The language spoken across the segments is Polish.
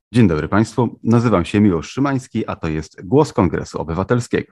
Dzień dobry Państwu, nazywam się Miłosz Szymański, a to jest Głos Kongresu Obywatelskiego.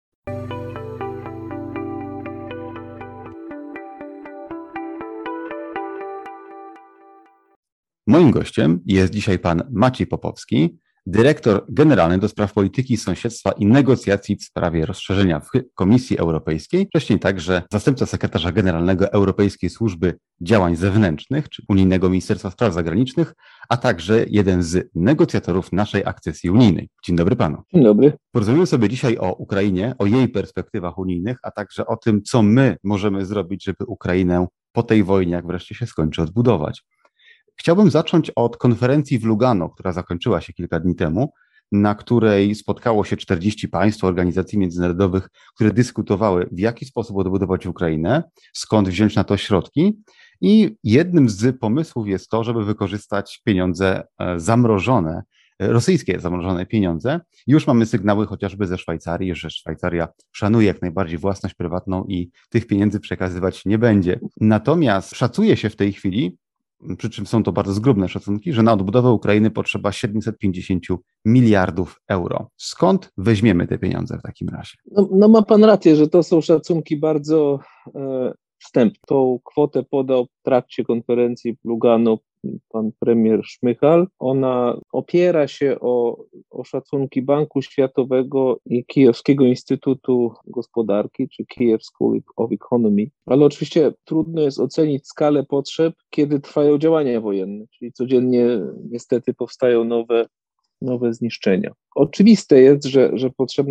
Moim gościem jest dzisiaj pan Maciej Popowski, dyrektor generalny do spraw polityki sąsiedztwa i negocjacji w sprawie rozszerzenia w Komisji Europejskiej, wcześniej także zastępca sekretarza generalnego Europejskiej Służby Działań Zewnętrznych, czy Unijnego Ministerstwa Spraw Zagranicznych, a także jeden z negocjatorów naszej akcesji unijnej. Dzień dobry panu. Dzień dobry. Porozmawiamy sobie dzisiaj o Ukrainie, o jej perspektywach unijnych, a także o tym, co my możemy zrobić, żeby Ukrainę po tej wojnie, jak wreszcie się skończy, odbudować. Chciałbym zacząć od konferencji w Lugano, która zakończyła się kilka dni temu, na której spotkało się 40 państw, organizacji międzynarodowych, które dyskutowały, w jaki sposób odbudować Ukrainę, skąd wziąć na to środki. I jednym z pomysłów jest to, żeby wykorzystać pieniądze zamrożone, rosyjskie zamrożone pieniądze. Już mamy sygnały chociażby ze Szwajcarii, że Szwajcaria szanuje jak najbardziej własność prywatną i tych pieniędzy przekazywać nie będzie. Natomiast szacuje się w tej chwili, przy czym są to bardzo zgrubne szacunki, że na odbudowę Ukrainy potrzeba 750 miliardów euro. Skąd weźmiemy te pieniądze w takim razie? No ma pan rację, że to są szacunki bardzo wstępne. Tą kwotę podał w trakcie konferencji w Lugano pan premier Szmychal. Ona opiera się o szacunki Banku Światowego i Kijowskiego Instytutu Gospodarki, czy Kiev School of Economy. Ale oczywiście trudno jest ocenić skalę potrzeb, kiedy trwają działania wojenne, czyli codziennie niestety powstają nowe zniszczenia. Oczywiste jest, że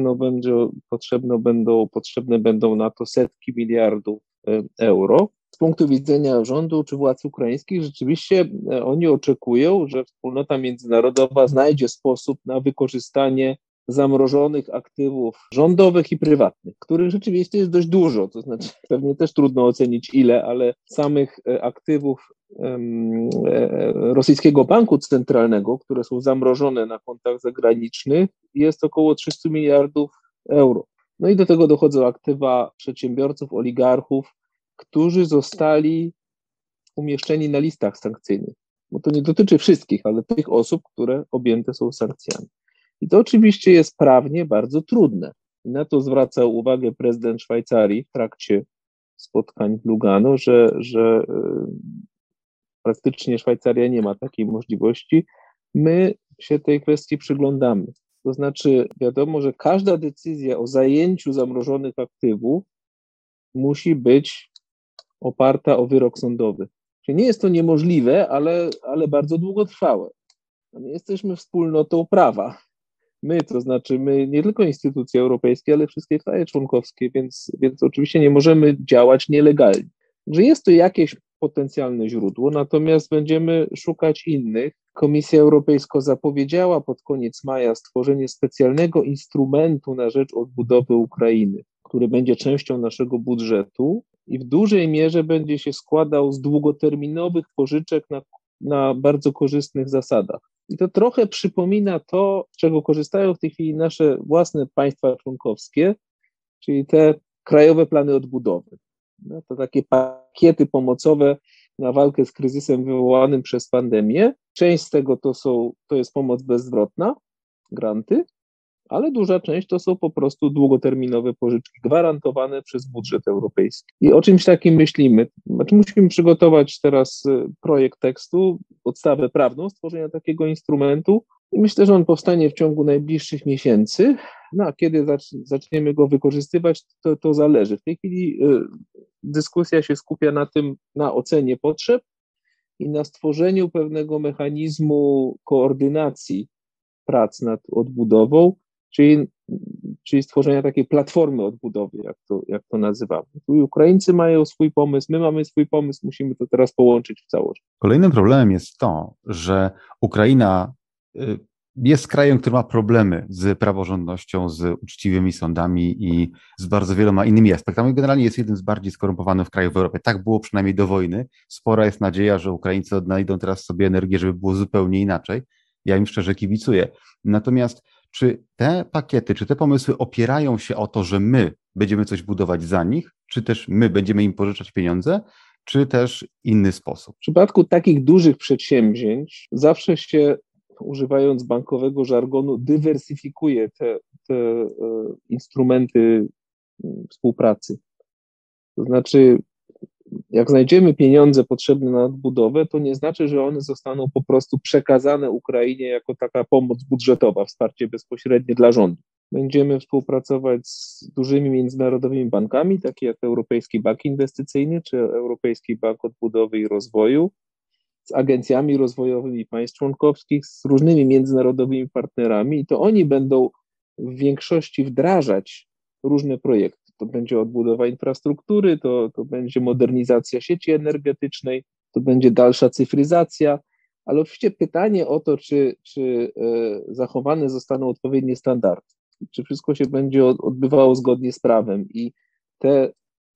potrzebne będą na to setki miliardów euro. Z punktu widzenia rządu czy władz ukraińskich rzeczywiście oni oczekują, że wspólnota międzynarodowa znajdzie sposób na wykorzystanie zamrożonych aktywów rządowych i prywatnych, których rzeczywiście jest dość dużo, to znaczy pewnie też trudno ocenić ile, ale samych aktywów rosyjskiego banku centralnego, które są zamrożone na kontach zagranicznych, jest około 300 miliardów euro. No i do tego dochodzą aktywa przedsiębiorców, oligarchów, którzy zostali umieszczeni na listach sankcyjnych. Bo to nie dotyczy wszystkich, ale tych osób, które objęte są sankcjami. I to oczywiście jest prawnie bardzo trudne. I na to zwracał uwagę prezydent Szwajcarii w trakcie spotkań w Lugano, że praktycznie Szwajcaria nie ma takiej możliwości. My się tej kwestii przyglądamy. To znaczy wiadomo, że każda decyzja o zajęciu zamrożonych aktywów musi być oparta o wyrok sądowy. Czyli nie jest to niemożliwe, ale bardzo długotrwałe. My jesteśmy wspólnotą prawa. To znaczy my, nie tylko instytucje europejskie, ale wszystkie kraje członkowskie, więc oczywiście nie możemy działać nielegalnie. Że jest to jakieś potencjalne źródło, natomiast będziemy szukać innych. Komisja Europejska zapowiedziała pod koniec maja stworzenie specjalnego instrumentu na rzecz odbudowy Ukrainy, który będzie częścią naszego budżetu i w dużej mierze będzie się składał z długoterminowych pożyczek na bardzo korzystnych zasadach. I to trochę przypomina to, z czego korzystają w tej chwili nasze własne państwa członkowskie, czyli te krajowe plany odbudowy. No, to takie pakiety pomocowe na walkę z kryzysem wywołanym przez pandemię. Część z tego to jest pomoc bezzwrotna, granty, ale duża część to są po prostu długoterminowe pożyczki gwarantowane przez budżet europejski. I o czymś takim myślimy. Znaczy musimy przygotować teraz projekt tekstu, podstawę prawną stworzenia takiego instrumentu i myślę, że on powstanie w ciągu najbliższych miesięcy. No a kiedy zaczniemy go wykorzystywać, to zależy. W tej chwili dyskusja się skupia na ocenie potrzeb i na stworzeniu pewnego mechanizmu koordynacji prac nad odbudową, czyli stworzenia takiej platformy odbudowy, jak to nazywamy. Tu Ukraińcy mają swój pomysł, my mamy swój pomysł, musimy to teraz połączyć w całość. Kolejnym problemem jest to, że Ukraina jest krajem, który ma problemy z praworządnością, z uczciwymi sądami i z bardzo wieloma innymi aspektami. Generalnie jest jednym z bardziej skorumpowanych krajów w Europie. Tak było przynajmniej do wojny. Spora jest nadzieja, że Ukraińcy odnajdą teraz sobie energię, żeby było zupełnie inaczej. Ja im szczerze kibicuję. Natomiast czy te pakiety, czy te pomysły opierają się o to, że my będziemy coś budować za nich, czy też my będziemy im pożyczać pieniądze, czy też inny sposób? W przypadku takich dużych przedsięwzięć zawsze się używając bankowego żargonu, dywersyfikuje te instrumenty współpracy. To znaczy, jak znajdziemy pieniądze potrzebne na odbudowę, to nie znaczy, że one zostaną po prostu przekazane Ukrainie jako taka pomoc budżetowa, wsparcie bezpośrednie dla rządu. Będziemy współpracować z dużymi międzynarodowymi bankami, takie jak Europejski Bank Inwestycyjny czy Europejski Bank Odbudowy i Rozwoju, z agencjami rozwojowymi państw członkowskich, z różnymi międzynarodowymi partnerami i to oni będą w większości wdrażać różne projekty. To będzie odbudowa infrastruktury, to będzie modernizacja sieci energetycznej, to będzie dalsza cyfryzacja, ale oczywiście pytanie o to, czy zachowane zostaną odpowiednie standardy, czy wszystko się będzie odbywało zgodnie z prawem i te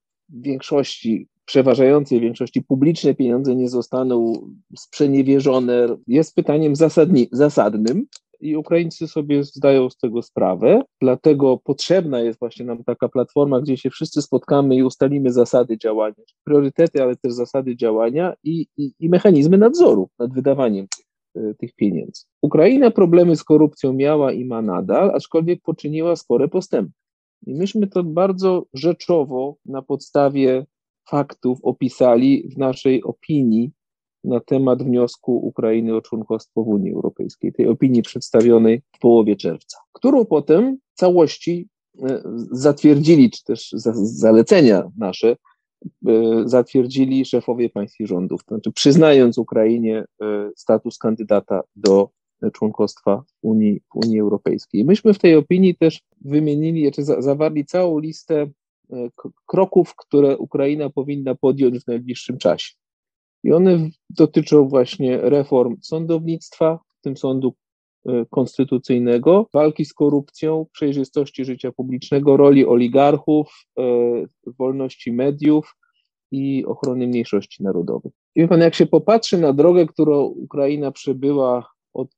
w większości, przeważającej większości publiczne pieniądze nie zostaną sprzeniewierzone, jest pytaniem zasadnym i Ukraińcy sobie zdają z tego sprawę, dlatego potrzebna jest właśnie nam taka platforma, gdzie się wszyscy spotkamy i ustalimy zasady działania, priorytety, ale też zasady działania i mechanizmy nadzoru nad wydawaniem tych pieniędzy. Ukraina problemy z korupcją miała i ma nadal, aczkolwiek poczyniła spore postępy. I myśmy to bardzo rzeczowo na podstawie faktów opisali w naszej opinii na temat wniosku Ukrainy o członkostwo w Unii Europejskiej, tej opinii przedstawionej w połowie czerwca, którą potem w całości zatwierdzili, czy też zalecenia nasze zatwierdzili szefowie państw i rządów, to znaczy przyznając Ukrainie status kandydata do członkostwa w Unii Europejskiej. Myśmy w tej opinii też wymienili, czy zawarli całą listę kroków, które Ukraina powinna podjąć w najbliższym czasie. I one dotyczą właśnie reform sądownictwa, w tym sądu konstytucyjnego, walki z korupcją, przejrzystości życia publicznego, roli oligarchów, wolności mediów i ochrony mniejszości narodowych. I wie pan, jak się popatrzy na drogę, którą Ukraina przebyła od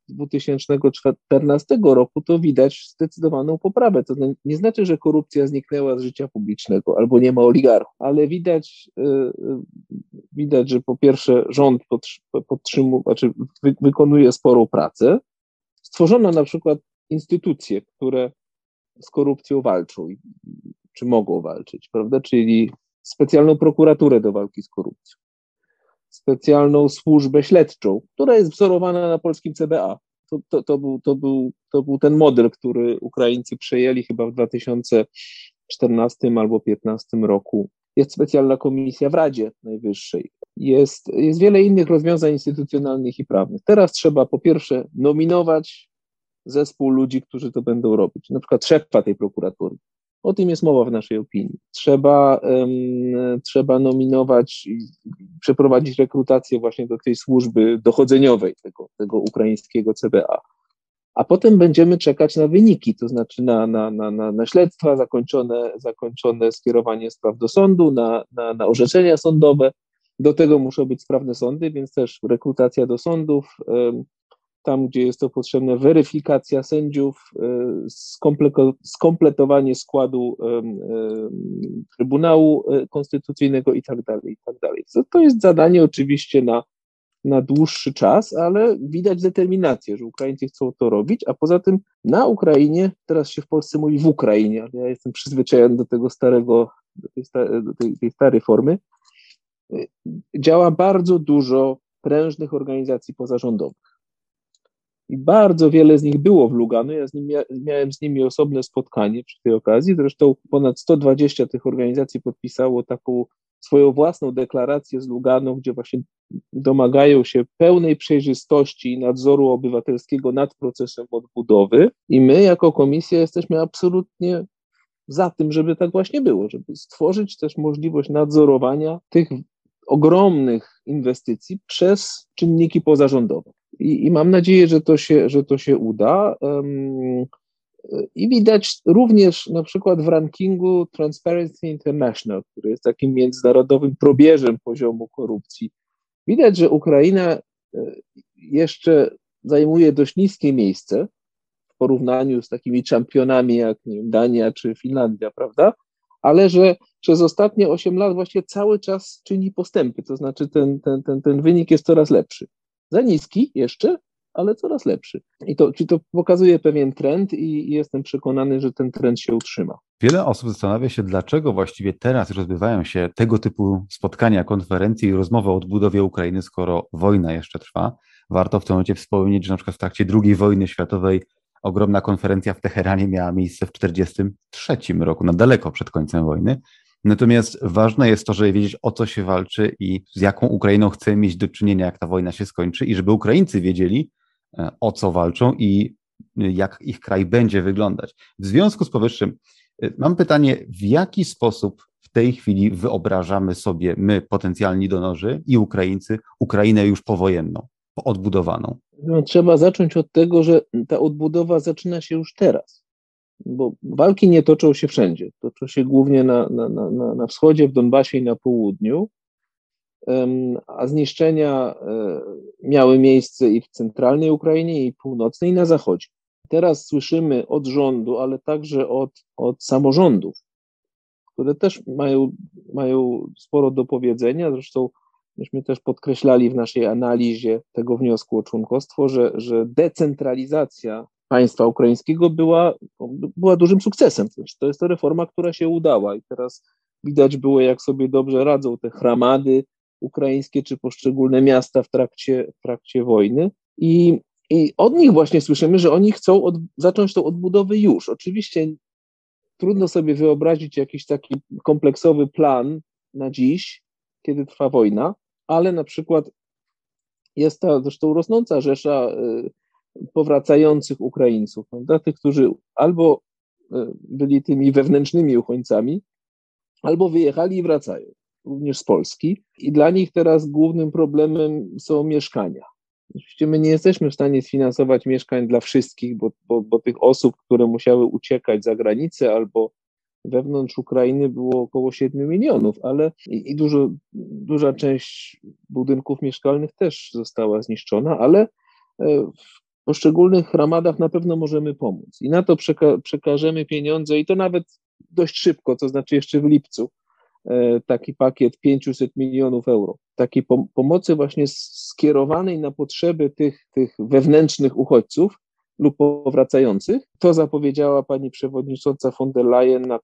2014 roku, to widać zdecydowaną poprawę. To nie znaczy, że korupcja zniknęła z życia publicznego albo nie ma oligarchów, ale widać, że po pierwsze rząd wykonuje sporą pracę. Stworzono na przykład instytucje, które z korupcją walczą, czy mogą walczyć, prawda? Czyli specjalną prokuraturę do walki z korupcją, specjalną służbę śledczą, która jest wzorowana na polskim CBA. To był ten model, który Ukraińcy przejęli chyba w 2014 albo 2015 roku. Jest specjalna komisja w Radzie Najwyższej. Jest wiele innych rozwiązań instytucjonalnych i prawnych. Teraz trzeba po pierwsze nominować zespół ludzi, którzy to będą robić, na przykład szefa tej prokuratury. O tym jest mowa w naszej opinii. Trzeba nominować i przeprowadzić rekrutację właśnie do tej służby dochodzeniowej, tego ukraińskiego CBA. A potem będziemy czekać na wyniki, to znaczy na śledztwa zakończone, skierowanie spraw do sądu, na orzeczenia sądowe. Do tego muszą być sprawne sądy, więc też rekrutacja do sądów, tam gdzie jest to potrzebne, weryfikacja sędziów, skompletowanie składu Trybunału Konstytucyjnego i tak dalej, i tak dalej. To jest zadanie oczywiście na dłuższy czas, ale widać determinację, że Ukraińcy chcą to robić, a poza tym na Ukrainie, teraz się w Polsce mówi w Ukrainie, ale ja jestem przyzwyczajony do tego do tej starej formy, działa bardzo dużo prężnych organizacji pozarządowych. I bardzo wiele z nich było w Lugano. Ja miałem z nimi osobne spotkanie przy tej okazji. Zresztą ponad 120 tych organizacji podpisało taką swoją własną deklarację z Lugano, gdzie właśnie domagają się pełnej przejrzystości i nadzoru obywatelskiego nad procesem odbudowy. I my jako komisja jesteśmy absolutnie za tym, żeby tak właśnie było, żeby stworzyć też możliwość nadzorowania tych ogromnych inwestycji przez czynniki pozarządowe. I mam nadzieję, że to się uda. I widać również na przykład w rankingu Transparency International, który jest takim międzynarodowym probierzem poziomu korupcji. Widać, że Ukraina jeszcze zajmuje dość niskie miejsce w porównaniu z takimi czempionami jak nie wiem, Dania czy Finlandia, prawda? Ale że przez ostatnie 8 lat właśnie cały czas czyni postępy, to znaczy ten wynik jest coraz lepszy. Za niski jeszcze, ale coraz lepszy. Czy to pokazuje pewien trend i jestem przekonany, że ten trend się utrzyma. Wiele osób zastanawia się, dlaczego właściwie teraz już odbywają się tego typu spotkania, konferencje i rozmowy o odbudowie Ukrainy, skoro wojna jeszcze trwa. Warto w tym momencie wspomnieć, że na przykład w trakcie II wojny światowej ogromna konferencja w Teheranie miała miejsce w 1943 roku, na daleko przed końcem wojny. Natomiast ważne jest to, żeby wiedzieć, o co się walczy i z jaką Ukrainą chcemy mieć do czynienia, jak ta wojna się skończy, i żeby Ukraińcy wiedzieli, o co walczą i jak ich kraj będzie wyglądać. W związku z powyższym mam pytanie, w jaki sposób w tej chwili wyobrażamy sobie my, potencjalni donorzy i Ukraińcy, Ukrainę już powojenną, odbudowaną? No, trzeba zacząć od tego, że ta odbudowa zaczyna się już teraz, bo walki nie toczą się wszędzie. Toczą się głównie na wschodzie, w Donbasie i na południu, a zniszczenia miały miejsce i w centralnej Ukrainie, i północnej, i na zachodzie. Teraz słyszymy od rządu, ale także od samorządów, które też mają sporo do powiedzenia. Zresztą myśmy też podkreślali w naszej analizie tego wniosku o członkostwo, że decentralizacja państwa ukraińskiego była dużym sukcesem. To jest to reforma, która się udała i teraz widać było, jak sobie dobrze radzą te hromady ukraińskie czy poszczególne miasta w trakcie wojny. I od nich właśnie słyszymy, że oni chcą zacząć tą odbudowę już. Oczywiście trudno sobie wyobrazić jakiś taki kompleksowy plan na dziś, kiedy trwa wojna, ale na przykład jest ta zresztą rosnąca rzesza powracających Ukraińców, prawda? Tych, którzy albo byli tymi wewnętrznymi uchodźcami, albo wyjechali i wracają, również z Polski. I dla nich teraz głównym problemem są mieszkania. Oczywiście my nie jesteśmy w stanie sfinansować mieszkań dla wszystkich, bo tych osób, które musiały uciekać za granicę albo wewnątrz Ukrainy było około 7 milionów, ale duża część budynków mieszkalnych też została zniszczona, ale w poszczególnych hromadach na pewno możemy pomóc. I na to przekażemy pieniądze i to nawet dość szybko, to znaczy jeszcze w lipcu, taki pakiet 500 milionów euro, takiej pomocy właśnie skierowanej na potrzeby tych wewnętrznych uchodźców lub powracających. To zapowiedziała pani przewodnicząca von der Leyen na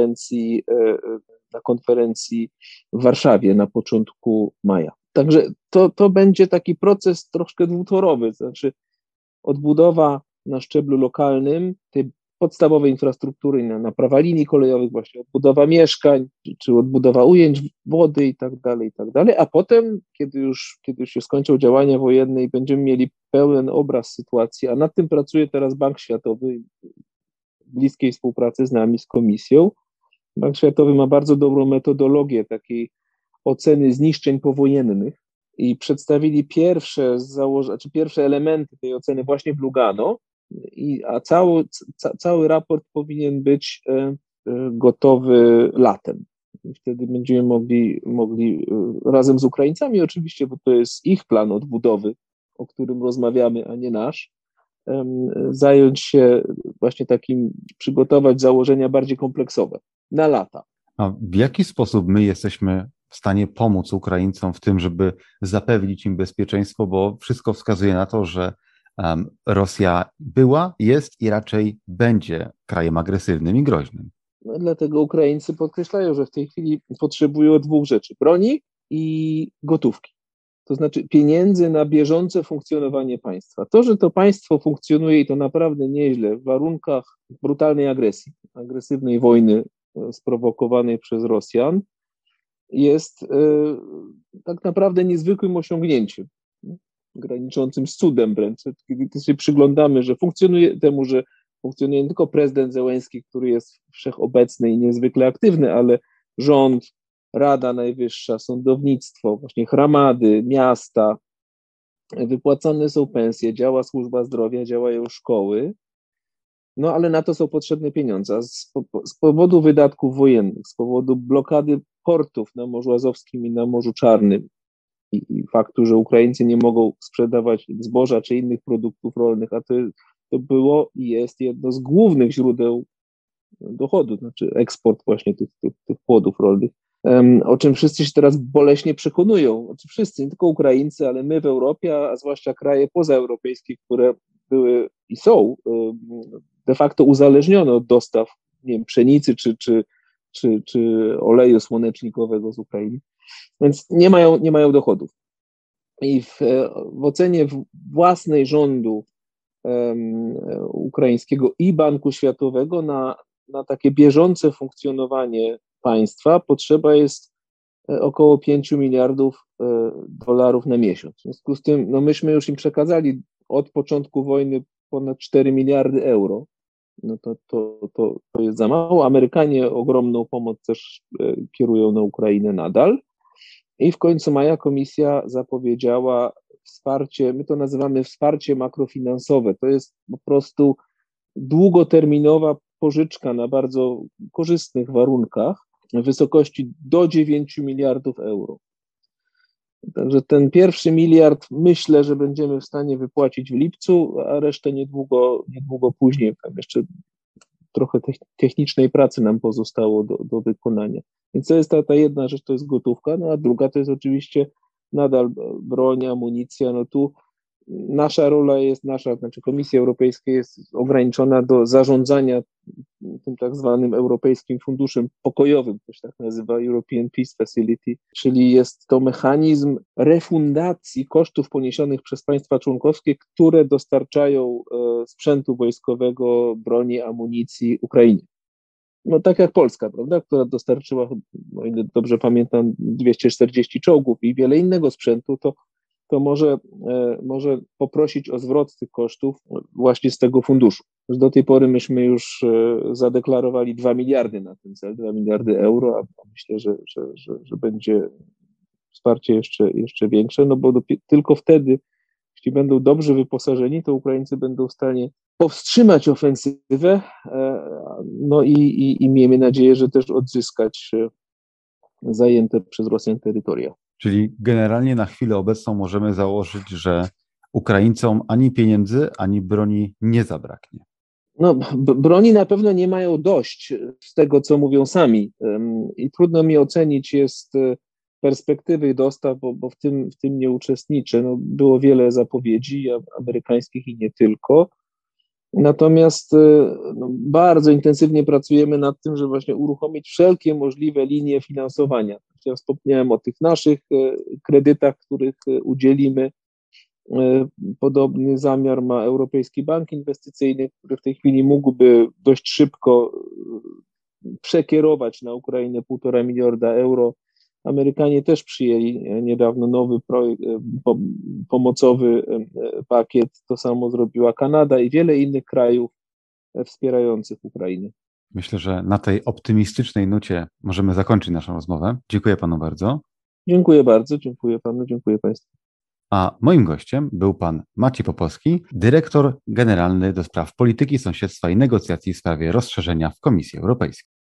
konferencji w Warszawie na początku maja. Także to będzie taki proces troszkę dwutorowy, to znaczy odbudowa na szczeblu lokalnym tej podstawowej infrastruktury, naprawa linii kolejowych, właśnie odbudowa mieszkań, czy odbudowa ujęć wody i tak dalej, a potem, kiedy już się skończą działania wojenne i będziemy mieli pełen obraz sytuacji, a nad tym pracuje teraz Bank Światowy w bliskiej współpracy z nami, z Komisją. Bank Światowy ma bardzo dobrą metodologię takiej oceny zniszczeń powojennych i przedstawili pierwsze elementy tej oceny właśnie w Lugano, a cały raport powinien być gotowy latem. I wtedy będziemy mogli razem z Ukraińcami oczywiście, bo to jest ich plan odbudowy, o którym rozmawiamy, a nie nasz, zająć się właśnie przygotować założenia bardziej kompleksowe na lata. A w jaki sposób my jesteśmy w stanie pomóc Ukraińcom w tym, żeby zapewnić im bezpieczeństwo, bo wszystko wskazuje na to, że Rosja była, jest i raczej będzie krajem agresywnym i groźnym. No, dlatego Ukraińcy podkreślają, że w tej chwili potrzebują 2 rzeczy: broni i gotówki. To znaczy pieniędzy na bieżące funkcjonowanie państwa. To, że to państwo funkcjonuje i to naprawdę nieźle w warunkach brutalnej agresywnej wojny sprowokowanej przez Rosjan, jest tak naprawdę niezwykłym osiągnięciem, graniczącym z cudem wręcz. Kiedy się przyglądamy, że funkcjonuje nie tylko prezydent Zełenski, który jest wszechobecny i niezwykle aktywny, ale rząd, Rada Najwyższa, sądownictwo, właśnie hromady, miasta, wypłacane są pensje, działa służba zdrowia, działają szkoły, no ale na to są potrzebne pieniądze. Z powodu wydatków wojennych, z powodu blokady portów na Morzu Azowskim i na Morzu Czarnym i faktu, że Ukraińcy nie mogą sprzedawać zboża czy innych produktów rolnych, a to było i jest jedno z głównych źródeł dochodu, znaczy eksport właśnie tych płodów rolnych, o czym wszyscy się teraz boleśnie przekonują. Znaczy wszyscy, nie tylko Ukraińcy, ale my w Europie, a zwłaszcza kraje pozaeuropejskie, które były i są de facto uzależnione od dostaw, nie wiem, pszenicy czy oleju słonecznikowego z Ukrainy, więc nie mają dochodów. I w ocenie własnej rządu ukraińskiego i Banku Światowego na takie bieżące funkcjonowanie państwa potrzeba jest około 5 miliardów dolarów na miesiąc. W związku z tym, no myśmy już im przekazali od początku wojny ponad 4 miliardy euro. No to jest za mało. Amerykanie ogromną pomoc też kierują na Ukrainę nadal. I w końcu maja komisja zapowiedziała wsparcie, my to nazywamy wsparcie makrofinansowe. To jest po prostu długoterminowa pożyczka na bardzo korzystnych warunkach w wysokości do 9 miliardów euro. Także ten pierwszy miliard myślę, że będziemy w stanie wypłacić w lipcu, a resztę niedługo później. Tam jeszcze trochę technicznej pracy nam pozostało do wykonania. Więc to jest ta jedna rzecz, to jest gotówka, no a druga to jest oczywiście nadal broń, amunicja. No tu nasza rola jest, znaczy Komisja Europejska jest ograniczona do zarządzania tym tak zwanym Europejskim Funduszem Pokojowym, to się tak nazywa European Peace Facility, czyli jest to mechanizm refundacji kosztów poniesionych przez państwa członkowskie, które dostarczają sprzętu wojskowego, broni, amunicji Ukrainie. No tak jak Polska, prawda, która dostarczyła, o ile dobrze pamiętam, 240 czołgów i wiele innego sprzętu, to może poprosić o zwrot tych kosztów właśnie z tego funduszu. Do tej pory myśmy już zadeklarowali 2 miliardy na ten cel, 2 miliardy euro, a myślę, że będzie wsparcie jeszcze większe, no bo tylko wtedy, jeśli będą dobrze wyposażeni, to Ukraińcy będą w stanie powstrzymać ofensywę, no i miejmy nadzieję, że też odzyskać zajęte przez Rosjan terytoria. Czyli generalnie na chwilę obecną możemy założyć, że Ukraińcom ani pieniędzy, ani broni nie zabraknie. No, broni na pewno nie mają dość z tego, co mówią sami i trudno mi ocenić jest perspektywy dostaw, bo w tym nie uczestniczę. No, było wiele zapowiedzi amerykańskich i nie tylko. Natomiast bardzo intensywnie pracujemy nad tym, żeby właśnie uruchomić wszelkie możliwe linie finansowania. Ja wspomniałem o tych naszych kredytach, których udzielimy. Podobny zamiar ma Europejski Bank Inwestycyjny, który w tej chwili mógłby dość szybko przekierować na Ukrainę 1,5 miliarda euro. Amerykanie też przyjęli niedawno nowy projekt, pomocowy pakiet, to samo zrobiła Kanada i wiele innych krajów wspierających Ukrainę. Myślę, że na tej optymistycznej nucie możemy zakończyć naszą rozmowę. Dziękuję panu bardzo. Dziękuję bardzo, dziękuję panu, dziękuję państwu. A moim gościem był pan Maciej Popowski, dyrektor generalny do spraw polityki sąsiedztwa i negocjacji w sprawie rozszerzenia w Komisji Europejskiej.